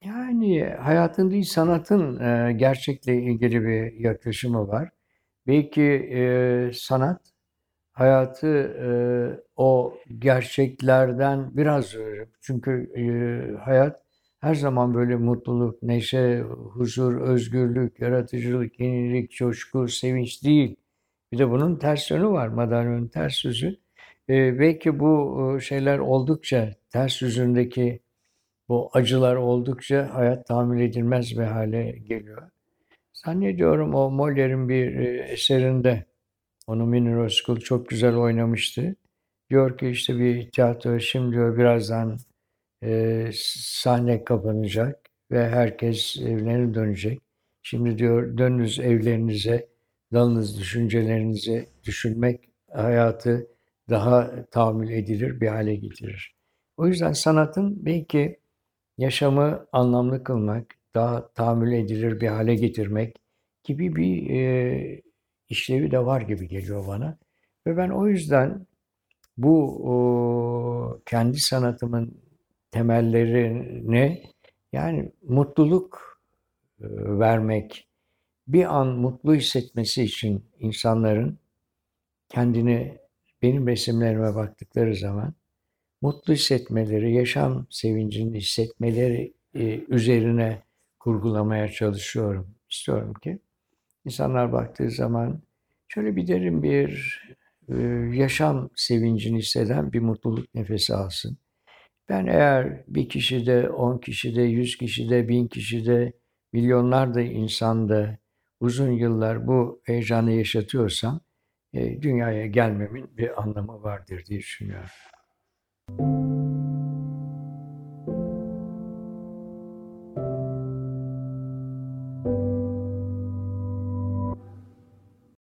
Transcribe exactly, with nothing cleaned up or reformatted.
Yani hayatın değil sanatın, eee, gerçekle ilgili bir yaklaşımı var. Belki, eee, sanat hayatı, eee, o gerçeklerden biraz ayırıp çünkü, eee, hayat her zaman böyle mutluluk, neşe, huzur, özgürlük, yaratıcılık, yenilik, coşku, sevinç değil. Bir de bunun ters yönü var, madalyonun ters yüzü. Eee, belki bu, ııı, şeyler oldukça, ters yüzündeki bu acılar oldukça hayat tahammül edilmez bir hale geliyor. Zannediyorum o Molière'in bir, eee, eserinde, onu Münir Özkul çok güzel oynamıştı. Diyor ki, işte, bir tiyatro şimdi diyor birazdan, eee, sahne kapanacak ve herkes evlerine dönecek. Şimdi diyor dönünüz evlerinize, dalınız düşüncelerinize, düşünmek hayatı daha tahammül edilir bir hale getirir. O yüzden sanatın belki yaşamı anlamlı kılmak, daha tahammül edilir bir hale getirmek gibi bir, eee, işlevi de var gibi geliyor bana ve ben o yüzden bu, ooo, kendi sanatımın temellerini, yani mutluluk, ııı, vermek, bir an mutlu hissetmesi için insanların kendini benim resimlerime baktıkları zaman mutlu hissetmeleri, yaşam sevincini hissetmeleri, eee, üzerine kurgulamaya çalışıyorum. İstiyorum ki insanlar baktığı zaman şöyle bir derin bir, eee, yaşam sevincini hisseden bir mutluluk nefesi alsın. Ben eğer bir kişide, on kişide, yüz kişide, bin kişide, milyonlarca insanda uzun yıllar bu heyecanı yaşatıyorsam, eee, dünyaya gelmemin bir anlamı vardır diye düşünüyorum.